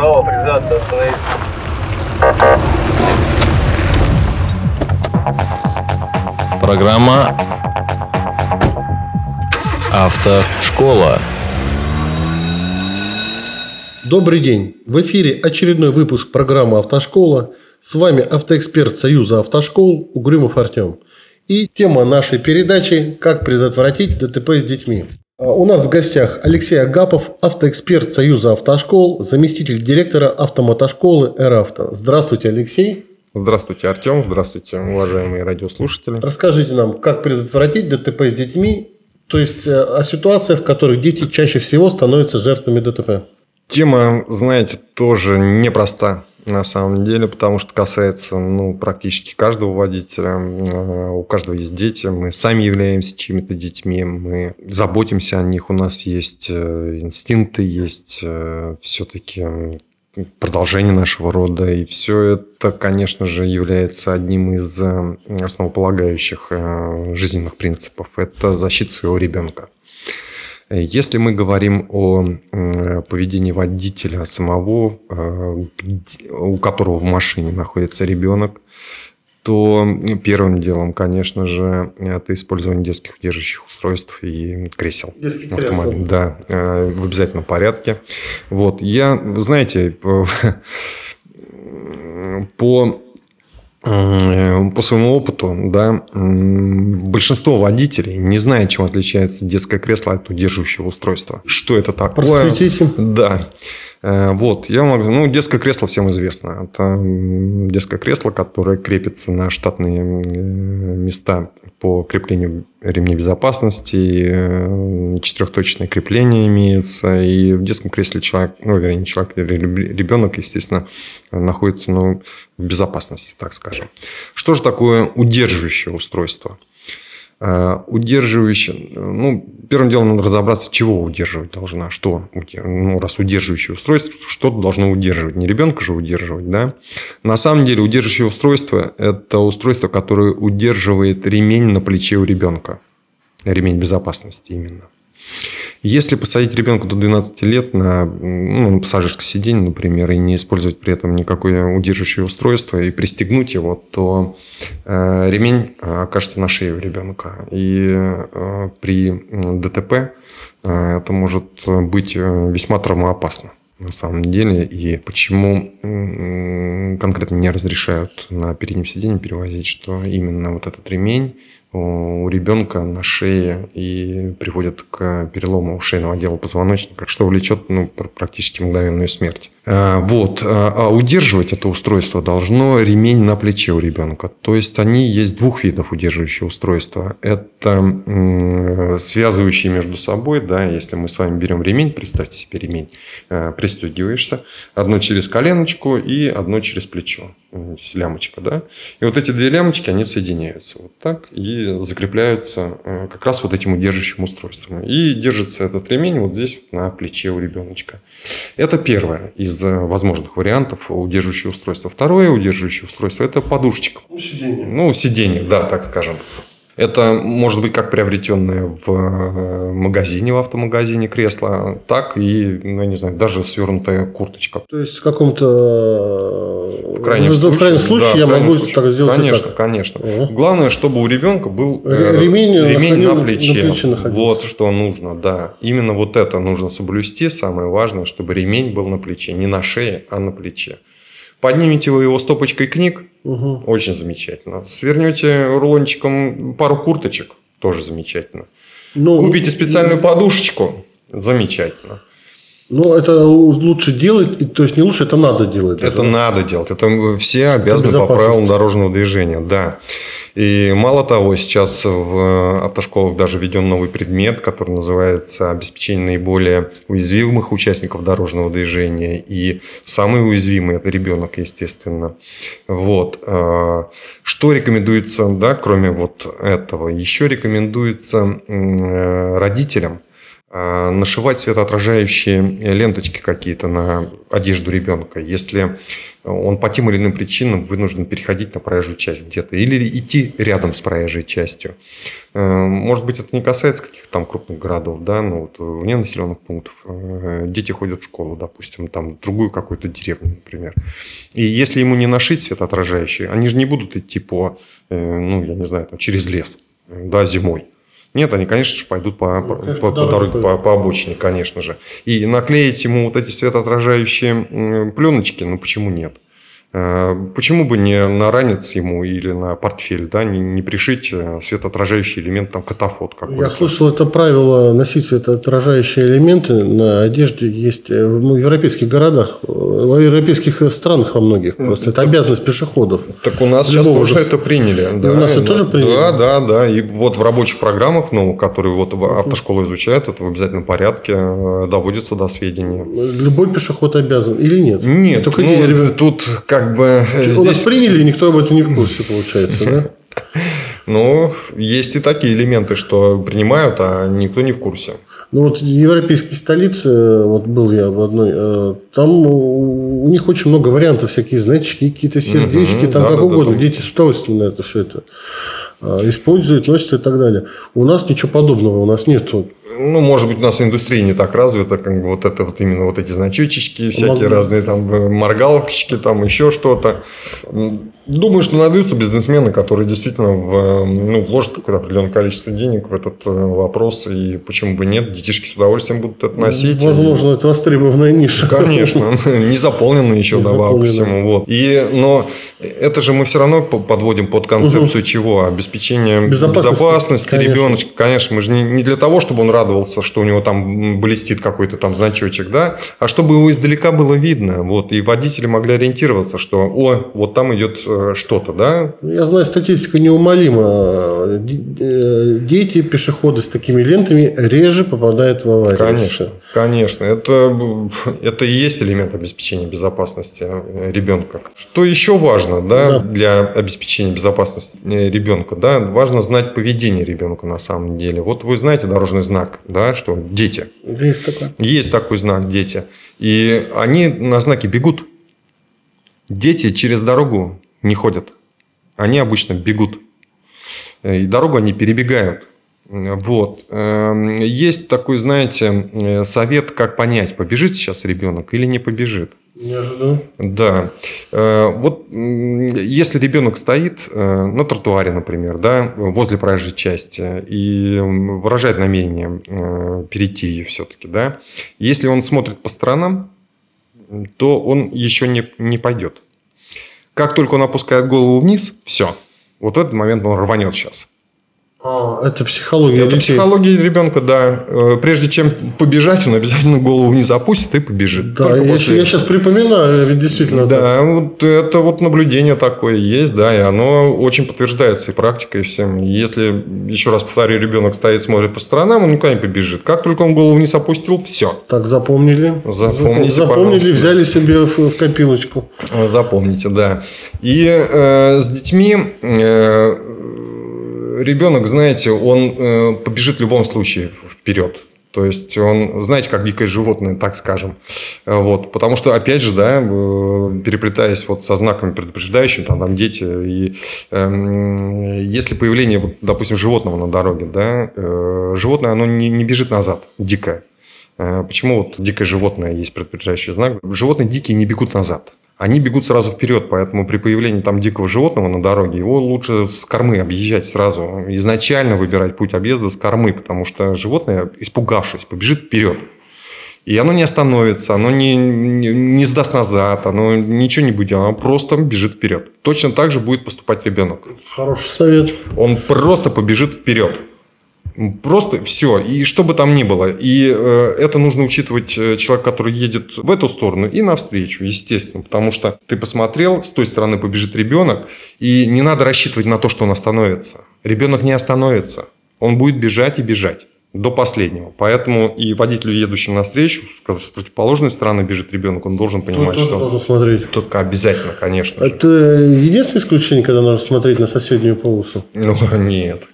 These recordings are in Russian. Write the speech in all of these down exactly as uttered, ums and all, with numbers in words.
Право, признаться, остановиться. Программа «Автошкола». Добрый день! В эфире очередной выпуск программы «Автошкола». С вами автоэксперт Союза автошкол Угрюмов Артем. И тема нашей передачи «Как предотвратить ДТП с детьми». У нас в гостях Алексей Агапов, автоэксперт Союза автошкол, заместитель директора автомотошколы «Эравто». Здравствуйте, Алексей. Здравствуйте, Артем. Здравствуйте, уважаемые радиослушатели. Расскажите нам, как предотвратить ДТП с детьми, то есть о ситуациях, в которых дети чаще всего становятся жертвами ДТП. Тема, знаете, тоже непроста на самом деле, потому что касается ну, практически каждого водителя. У каждого есть дети, мы сами являемся чьими-то детьми, мы заботимся о них, у нас есть инстинкты, есть все-таки продолжение нашего рода. И все это, конечно же, является одним из основополагающих жизненных принципов. Это защита своего ребенка. Если мы говорим о поведении водителя самого, у которого в машине находится ребенок, то первым делом, конечно же, это использование детских удерживающих устройств и кресел. Автомобиля. Да, в обязательном порядке. Вот. Я, знаете, по, по По своему опыту, да, большинство водителей не знает, чем отличается детское кресло от удерживающего устройства. Что это такое? Просветите. Да. Вот, я могу... Ну, детское кресло всем известно. Это детское кресло, которое крепится на штатные места по креплению ремней безопасности, четырехточечные крепления имеются, и в детском кресле человек, ну, вернее, не человек, ребенок, естественно, находится ну, в безопасности, так скажем. Что же такое удерживающее устройство? Удерживающее, ну, первым делом надо разобраться, чего удерживать должна, что, ну, раз удерживающее устройство, что-то должно удерживать, не ребенка же удерживать, да. На самом деле удерживающее устройство – это устройство, которое удерживает ремень на плече у ребенка, ремень безопасности именно. Если посадить ребенка до двенадцати лет на, ну, на пассажирское сиденье, например, и не использовать при этом никакое удерживающее устройство и пристегнуть его, то э, ремень окажется на шее у ребенка. И э, при ДТП э, это может быть весьма травмоопасно на самом деле. И почему э, конкретно не разрешают на переднем сиденье перевозить, что именно вот этот ремень у ребенка на шее и приводит к перелому шейного отдела позвоночника, что влечет ну, практически мгновенную смерть. Вот. А удерживать это устройство должно ремень на плече у ребенка. То есть, они есть двух видов удерживающего устройства. Это связывающие между собой, да, если мы с вами берем ремень, представьте себе ремень, пристегиваешься, одно через коленочку и одно через плечо, лямочка, да. И вот эти две лямочки, они соединяются вот так и закрепляются как раз вот этим удерживающим устройством. И держится этот ремень вот здесь вот на плече у ребеночка. Это первое из возможных вариантов удерживающего устройства. Второе удерживающее устройство – это подушечка. Ну, сиденье. Ну, сиденье, да, так скажем. Это может быть как приобретенное в магазине, в автомагазине кресло, так и, ну, я не знаю, даже свернутая курточка. То есть в каком-то в крайнем в случае, крайнем случае да, я в крайнем могу случае. так сделать. Конечно, так. конечно. Угу. Главное, чтобы у ребенка был ремень, ремень на на плече. плече находился. Вот что нужно, да. Именно вот это нужно соблюсти. Самое важное, чтобы ремень был на плече, не на шее, а на плече. Поднимете вы его стопочкой книг, угу. Очень замечательно. Свернете рулончиком пару курточек, тоже замечательно. Ну, купите специальную подушечку, замечательно. Ну, это лучше делать, то есть не лучше, это надо делать. Это даже. Надо делать. Это все обязаны по правилам дорожного движения, да. И мало того, сейчас в автошколах даже введен новый предмет, который называется обеспечение наиболее уязвимых участников дорожного движения. И самый уязвимый – это ребенок, естественно. Вот. Что рекомендуется, да, кроме вот этого? Еще рекомендуется родителям нашивать светоотражающие ленточки какие-то на одежду ребенка, если он по тем или иным причинам вынужден переходить на проезжую часть где-то или идти рядом с проезжей частью. Может быть, это не касается каких-то там крупных городов, да, но вот вне населенных пунктов дети ходят в школу, допустим, там в другую какую-то деревню, например. И если ему не нашить светоотражающие, они же не будут идти по, ну, я не знаю, там, через лес, да, зимой. Нет, они, конечно же, пойдут по, ну, конечно, по, по дороге, по, по обочине, конечно же. И наклеить ему вот эти светоотражающие пленочки, ну, почему нет? Почему бы не на ранец ему или на портфель, да, не, не пришить светоотражающий элемент, там, катафот какой-то? Я слышал это правило носить светоотражающие элементы на одежде есть ну, в европейских городах, в европейских странах во многих. Просто это обязанность пешеходов. Так у нас сейчас тоже это приняли. Да, у нас это тоже приняли? Да, да, да. И вот в рабочих программах, ну, которые вот автошкола изучает, это в обязательном порядке доводится до сведения. Любой пешеход обязан или нет? Нет, только ну, не... тут как Как бы у здесь... нас приняли, и никто об этом не в курсе, получается, да? Ну, есть и такие элементы, что принимают, а никто не в курсе. Ну, вот в европейской столице, вот был я в одной, там у них очень много вариантов, всякие значки, какие-то сердечки, угу, там да, как да, угодно. Да, Дети с удовольствием на это все это используют, носят и так далее. У нас ничего подобного, у нас нет. Ну, может быть, у нас индустрия не так развита, как бы вот это вот именно вот эти значочечки, всякие Мог... разные там моргалочки, там еще что-то. Думаю, что найдутся бизнесмены, которые действительно в, ну, вложат какое-то определенное количество денег в этот вопрос, и почему бы нет, детишки с удовольствием будут это носить. Возможно, и... это востребованная ниша. Конечно, не заполненная еще добавок ко всему. Вот. И, но это же мы все равно подводим под концепцию угу. чего? Обеспечения безопасности, безопасности конечно. Ребеночка. Конечно, мы же не, не для того, чтобы он радовался, что у него там блестит какой-то там значочек, да, а чтобы его издалека было видно. Вот, и водители могли ориентироваться, что о, вот там идет что-то, да? Я знаю, статистика неумолима. Дети, пешеходы с такими лентами реже попадают в аварию. Конечно, конечно. Это, это и есть элемент обеспечения безопасности ребенка. Что еще важно, да, да. для обеспечения безопасности ребенка? Да? Важно знать поведение ребенка на самом деле. Вот вы знаете дорожный знак, да, что дети. Есть такой. Есть такой знак дети. И они на знаке бегут. Дети через дорогу не ходят. Они обычно бегут. И дорогу они перебегают. Вот. Есть такой, знаете, совет, как понять, побежит сейчас ребенок или не побежит. Неожиданно. Да. Вот если ребенок стоит на тротуаре, например, да, возле проезжей части и выражает намерение перейти ее все-таки, да, если он смотрит по сторонам, то он еще не, не пойдет. Как только он опускает голову вниз, все. Вот в этот момент он рванет сейчас. А, это психология Это детей. Психология ребенка, да. Прежде чем побежать, он обязательно голову вниз опустит и побежит. Да, я, после... я сейчас припоминаю, ведь действительно. Да, так. Вот это вот наблюдение такое есть, да, и оно очень подтверждается и практикой, и всем. Если, еще раз повторю, ребенок стоит, смотрит по сторонам, он никуда не побежит. Как только он голову вниз опустил, все. Так, запомнили. Запомните, Запомнили, пожалуйста. Взяли себе в, в копилочку. Запомните, да. И э, с детьми... Э, ребенок, знаете, он э, побежит в любом случае вперед. То есть, он, знаете, как дикое животное, так скажем. Вот. Потому что, опять же, да, переплетаясь вот со знаками предупреждающими, там, там дети, и э, если появление, вот, допустим, животного на дороге, да, э, животное, оно не, не бежит назад, дикое. Э, почему вот дикое животное есть предупреждающий знак? Животные дикие не бегут назад. Они бегут сразу вперед, поэтому при появлении там дикого животного на дороге его лучше с кормы объезжать сразу. Изначально выбирать путь объезда с кормы, потому что животное, испугавшись, побежит вперед. И оно не остановится, оно не, не, не сдаст назад, оно ничего не будет, оно просто бежит вперед. Точно так же будет поступать ребенок. Хороший совет. Он просто побежит вперед. Просто все, и что бы там ни было. И э, это нужно учитывать человек, который едет в эту сторону и навстречу, естественно. Потому что ты посмотрел, с той стороны побежит ребенок, и не надо рассчитывать на то, что он остановится. Ребенок не остановится. Он будет бежать и бежать. До последнего. Поэтому и водителю, едущему навстречу, когда с противоположной стороны бежит ребенок, он должен понимать, Тут что... должен смотреть. Тут обязательно, конечно же. Это единственное исключение, когда нужно смотреть на соседнюю полосу? Ну, нет.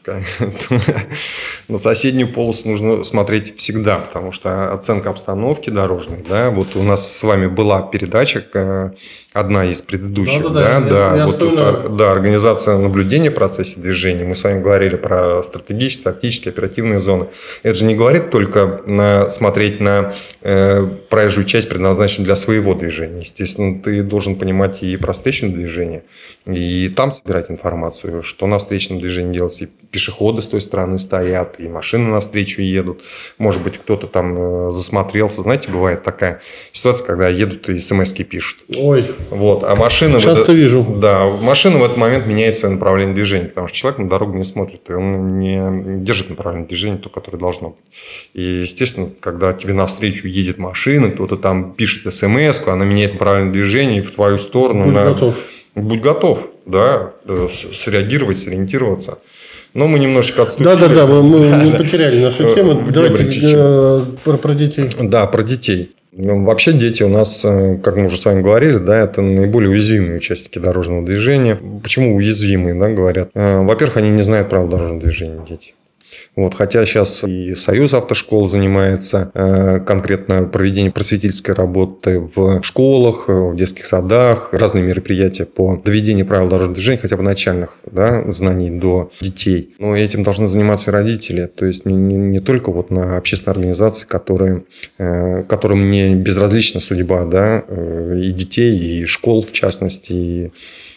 На соседнюю полосу нужно смотреть всегда, потому что оценка обстановки дорожной, да, вот у нас с вами была передача, одна из предыдущих, да, да, да, да, вот тут, да, организация наблюдения в процессе движения. Мы с вами говорили про стратегические, тактические, оперативные зоны. Это же не говорит только на, смотреть на э, проезжую часть, предназначенную для своего движения. Естественно, ты должен понимать и про встречное движение, и там собирать информацию, что на встречном движении делается. И пешеходы с той стороны стоят, и машины навстречу едут. Может быть, кто-то там засмотрелся. Знаете, бывает такая ситуация, когда едут и смс-ки пишут. Ой. Вот, а машина... Часто в это, вижу. Да, машина в этот момент меняет свое направление движения, потому что человек на дорогу не смотрит, и он не держит направление движения, то, которое должно быть. И, естественно, когда тебе навстречу едет машина, кто-то там пишет смс-ку, она меняет направление движения в твою сторону. Будь на... готов. Будь готов, да, среагировать, сориентироваться. Но мы немножечко отступили. Да-да-да, мы, мы, мы потеряли нашу тему. Давайте э, про, про детей. Да, про детей. Вообще дети у нас, как мы уже с вами говорили, да, это наиболее уязвимые участники дорожного движения. Почему уязвимые, да, говорят? Во-первых, они не знают правил дорожного движения, дети. Вот, хотя сейчас и Союз автошкол занимается э, конкретно проведением просветительской работы в школах, в детских садах, разные мероприятия по доведению правил дорожного движения, хотя бы начальных, да, знаний до детей. Но этим должны заниматься и родители, то есть не, не, не только вот на общественные организации, которые, э, которым не безразлична судьба, да, э, и детей, и школ в частности, и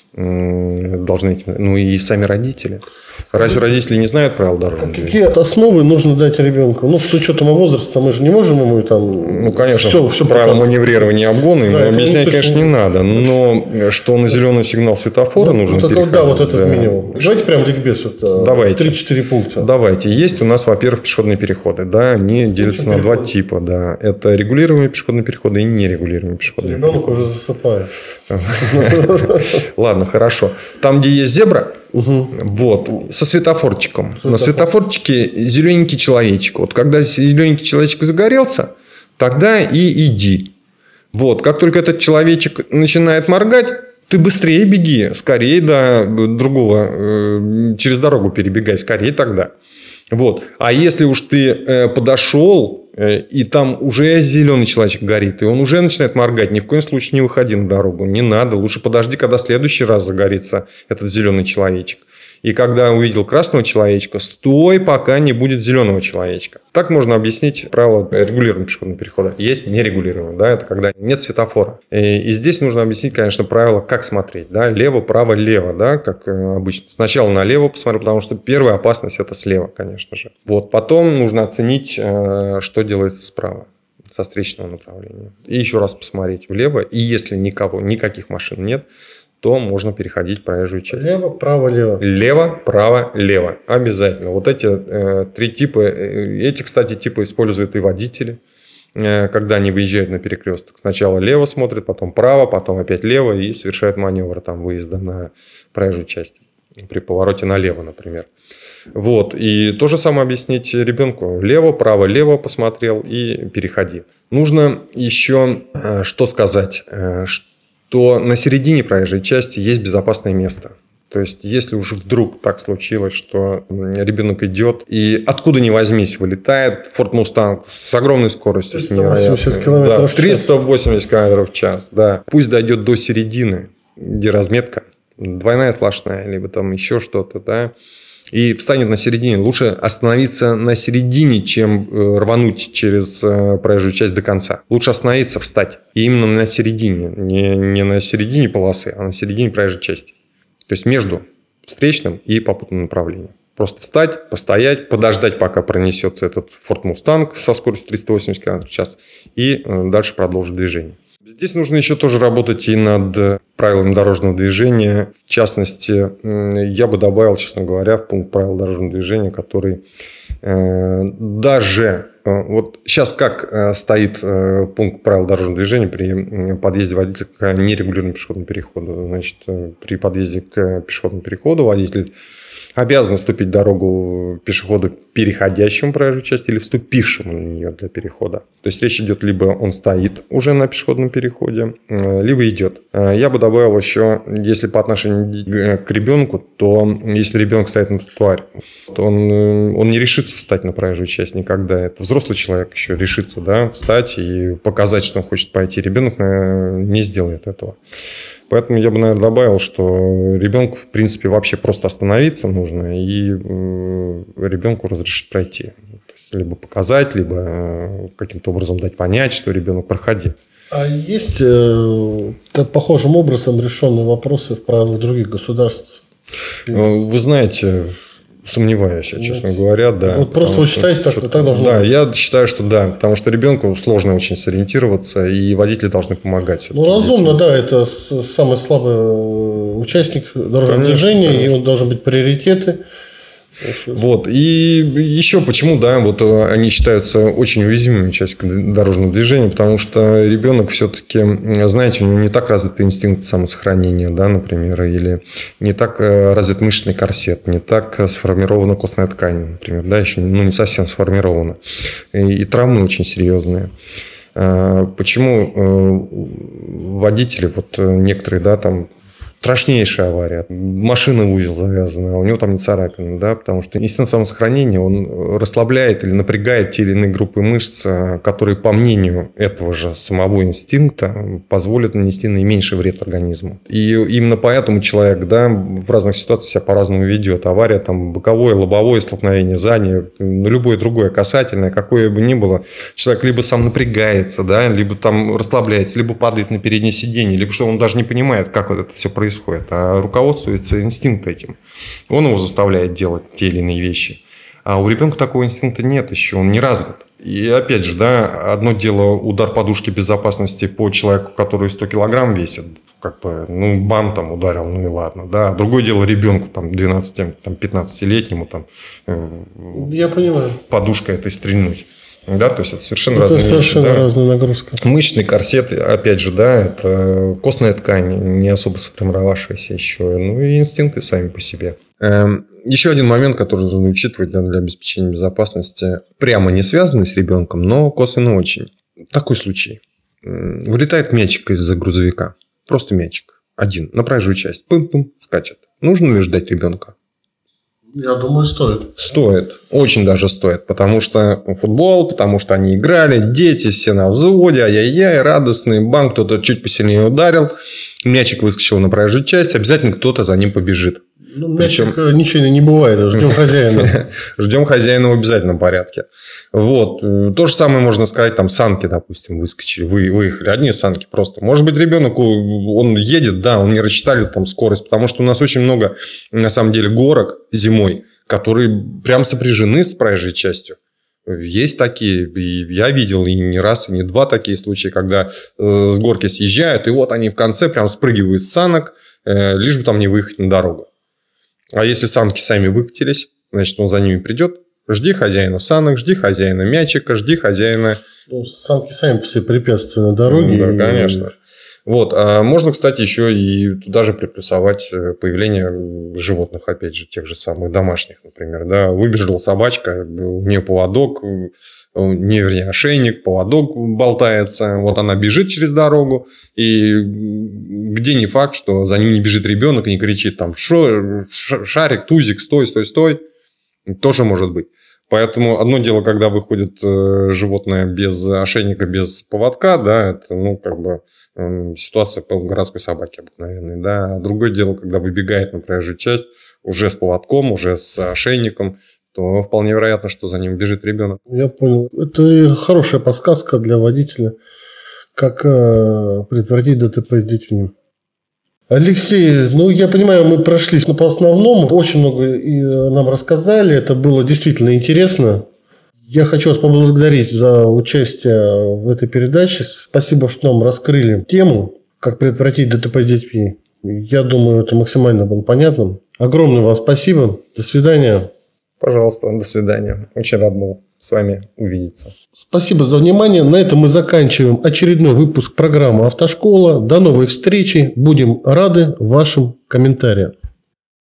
должны этим, ну и сами родители. Разве родители не знают правил дорожного движения? Какие основы нужно дать ребенку? Ну, с учетом его возраста, мы же не можем ему там... Ну, конечно, все, все правила маневрирования и обгона ему да, объяснять, конечно, не надо. Но что на зеленый сигнал светофора ну, нужно вот переходить. Да, вот этот да. минимум. Давайте прям ликбез. Вот, Давайте. три-четыре пункта. Давайте. Есть у нас, во-первых, пешеходные переходы. Да, они делятся на два типа. Да. Это регулируемые пешеходные переходы и нерегулируемые пешеходные Ребенок переходы. уже засыпает. Ладно, хорошо. Там, где есть зебра, Угу. вот, со светофорчиком. На светофорчике зелененький человечек. Вот когда зелененький человечек загорелся, тогда и иди. Вот, как только этот человечек начинает моргать, ты быстрее беги, скорее до другого, через дорогу перебегай, скорее тогда. Вот. А если уж ты подошел, и там уже зеленый человечек горит, и он уже начинает моргать, ни в коем случае не выходи на дорогу. Не надо. Лучше подожди, когда в следующий раз загорится этот зеленый человечек. И когда увидел красного человечка, стой, пока не будет зеленого человечка. Так можно объяснить правила регулируемого пешеходного перехода. Есть нерегулируемый, да, это когда нет светофора. И, и здесь нужно объяснить, конечно, правила, как смотреть, да, лево, право, лево, да, как обычно. Сначала налево посмотрю, потому что первая опасность это слева, конечно же. Вот, потом нужно оценить, что делается справа со встречного направления. И еще раз посмотреть влево. И если никого, никаких машин нет, то можно переходить проезжую часть. Лево, право, лево. Лево, право, лево. Обязательно. Вот эти э, три типа, э, эти, кстати, типы используют и водители, э, когда они выезжают на перекресток. Сначала лево смотрят, потом право, потом опять лево и совершают маневр там, выезда на проезжую часть. При повороте налево, например. Вот. И то же самое объяснить ребенку. Лево, право, лево посмотрел и переходи. Нужно еще э, что сказать, э, то на середине проезжей части есть безопасное место. То есть, если уже вдруг так случилось, что ребенок идет, и откуда ни возьмись вылетает Ford Mustang с огромной скоростью, с невероятной. триста восемьдесят километров в час. триста восемьдесят километров в час, да. Пусть дойдет до середины, где разметка, двойная сплошная, либо там еще что-то, да. И встанет на середине. Лучше остановиться на середине, чем рвануть через проезжую часть до конца. Лучше остановиться, встать. И именно на середине. Не, не на середине полосы, а на середине проезжей части. То есть между встречным и попутным направлением. Просто встать, постоять, подождать, пока пронесется этот Ford Mustang со скоростью триста восемьдесят километров в час. И дальше продолжить движение. Здесь нужно еще тоже работать и над правилами дорожного движения. В частности, я бы добавил, честно говоря, в пункт правил дорожного движения, который э, даже... Вот сейчас как стоит пункт правил дорожного движения при подъезде водителя к нерегулируемому пешеходному переходу? Значит, при подъезде к пешеходному переходу водитель обязан уступить дорогу пешеходу, переходящему проезжую часть, или вступившему на нее для перехода. То есть речь идет, либо он стоит уже на пешеходном переходе, либо идет. Я бы добавил еще, если по отношению к ребенку, то если ребенок стоит на тротуаре, то он, он не решится встать на проезжую часть никогда. Это взрослый человек еще решится, да, встать и показать, что он хочет пойти. Ребенок не сделает этого. Поэтому я бы, наверное, добавил, что ребенку, в принципе, вообще просто остановиться нужно и ребенку разрешить пройти. Либо показать, либо каким-то образом дать понять, что ребенок проходи. А есть э, похожим образом решенные вопросы в правилах других государств? Вы знаете... Сомневаюсь, я, честно говоря, да. Вот просто вы считаете, так, так должно да, быть? Да, я считаю, что да, потому что ребенку сложно очень сориентироваться, и водители должны помогать. Ну, разумно, детям. Да, это самый слабый участник дорожного конечно, движения, конечно. И он должен быть приоритеты. Вот. И еще почему, да, вот они считаются очень уязвимыми участниками дорожного движения, потому что ребенок все-таки, знаете, у него не так развит инстинкт самосохранения, да, например, или не так развит мышечный корсет, не так сформирована костная ткань, например, да, еще ну, не совсем сформирована. И, и травмы очень серьезные. Почему водители, вот некоторые, да, там, страшнейшая авария. Машина в узел завязана, а у него там не царапина, да, потому что инстинкт самосохранения, он расслабляет или напрягает те или иные группы мышц, которые, по мнению этого же самого инстинкта, позволят нанести наименьший вред организму. И именно поэтому человек, да, в разных ситуациях себя по-разному ведет. Авария, там, боковое, лобовое столкновение, заднее, ну, любое другое, касательное, какое бы ни было, человек либо сам напрягается, да, либо там расслабляется, либо падает на переднее сиденье, либо что он даже не понимает, как вот это все происходит. происходит, а руководствуется инстинкт этим. Он его заставляет делать те или иные вещи. А у ребенка такого инстинкта нет еще, он не развит. И опять же, да, одно дело удар подушки безопасности по человеку, который сто килограмм весит, как бы, ну, бам там ударил, ну и ладно, да. Другое дело ребенку, там, двенадцати-пятнадцатилетнему, там, я понимаю, подушкой этой стрельнуть. Да, то есть это совершенно это разные совершенно вещи. Да. Разная нагрузка. Мышечный корсет, опять же, да, это костная ткань, не особо сформировавшаяся еще, ну и инстинкты сами по себе. Еще один момент, который нужно учитывать, да, для обеспечения безопасности, прямо не связанный с ребенком, но косвенно очень. Такой случай. Вылетает мячик из-за грузовика. Просто мячик. Один. На проезжую часть. Пым-пым, скачет. Нужно ли ждать ребенка? Я думаю, стоит. Стоит. Очень даже стоит. Потому что футбол, потому что они играли, дети все на взводе, ай-яй-яй, радостные. Бам, кто-то чуть посильнее ударил. Мячик выскочил на проезжую часть. Обязательно кто-то за ним побежит. Ну, мячик Причем... ничего не бывает. Ждем хозяина. Ждем хозяина в обязательном порядке. Вот. То же самое можно сказать, там санки, допустим, выскочили, вы, выехали. Одни санки просто. Может быть, ребенок, он едет, да, он не рассчитали там скорость, потому что у нас очень много, на самом деле, горок зимой, которые прям сопряжены с проезжей частью. Есть такие, и я видел и не раз, и не два такие случаи, когда с горки съезжают, и вот они в конце прям спрыгивают с санок, лишь бы там не выехать на дорогу. А если санки сами выкатились, значит, он за ними придет. Жди хозяина санок, жди хозяина мячика, жди хозяина... Ну, санки сами по себе препятствия на дороге. Да, конечно. Вот. А можно, кстати, еще и туда же приплюсовать появление животных, опять же, тех же самых домашних, например. Да? Выбежала собачка, у нее поводок, не, вернее, ошейник, поводок болтается. Вот она бежит через дорогу, и где не факт, что за ним не бежит ребенок и не кричит там Шо, шарик, тузик, стой, стой, стой. Тоже может быть. Поэтому одно дело, когда выходит животное без ошейника, без поводка, да, это, ну, как бы ситуация по городской собаке обыкновенной, да. А другое дело, когда выбегает на проезжую часть уже с поводком, уже с ошейником, то вполне вероятно, что за ним бежит ребенок. Я понял. Это хорошая подсказка для водителя, как предотвратить ДТП с детьми. Алексей, ну, я понимаю, мы прошлись по основному, очень много и нам рассказали, это было действительно интересно. Я хочу вас поблагодарить за участие в этой передаче. Спасибо, что нам раскрыли тему, как предотвратить ДТП с детьми. Я думаю, это максимально было понятно. Огромное вам спасибо. До свидания. Пожалуйста, до свидания. Очень рад был с вами увидеться. Спасибо за внимание. На этом мы заканчиваем очередной выпуск программы «Автошкола». До новой встречи. Будем рады вашим комментариям.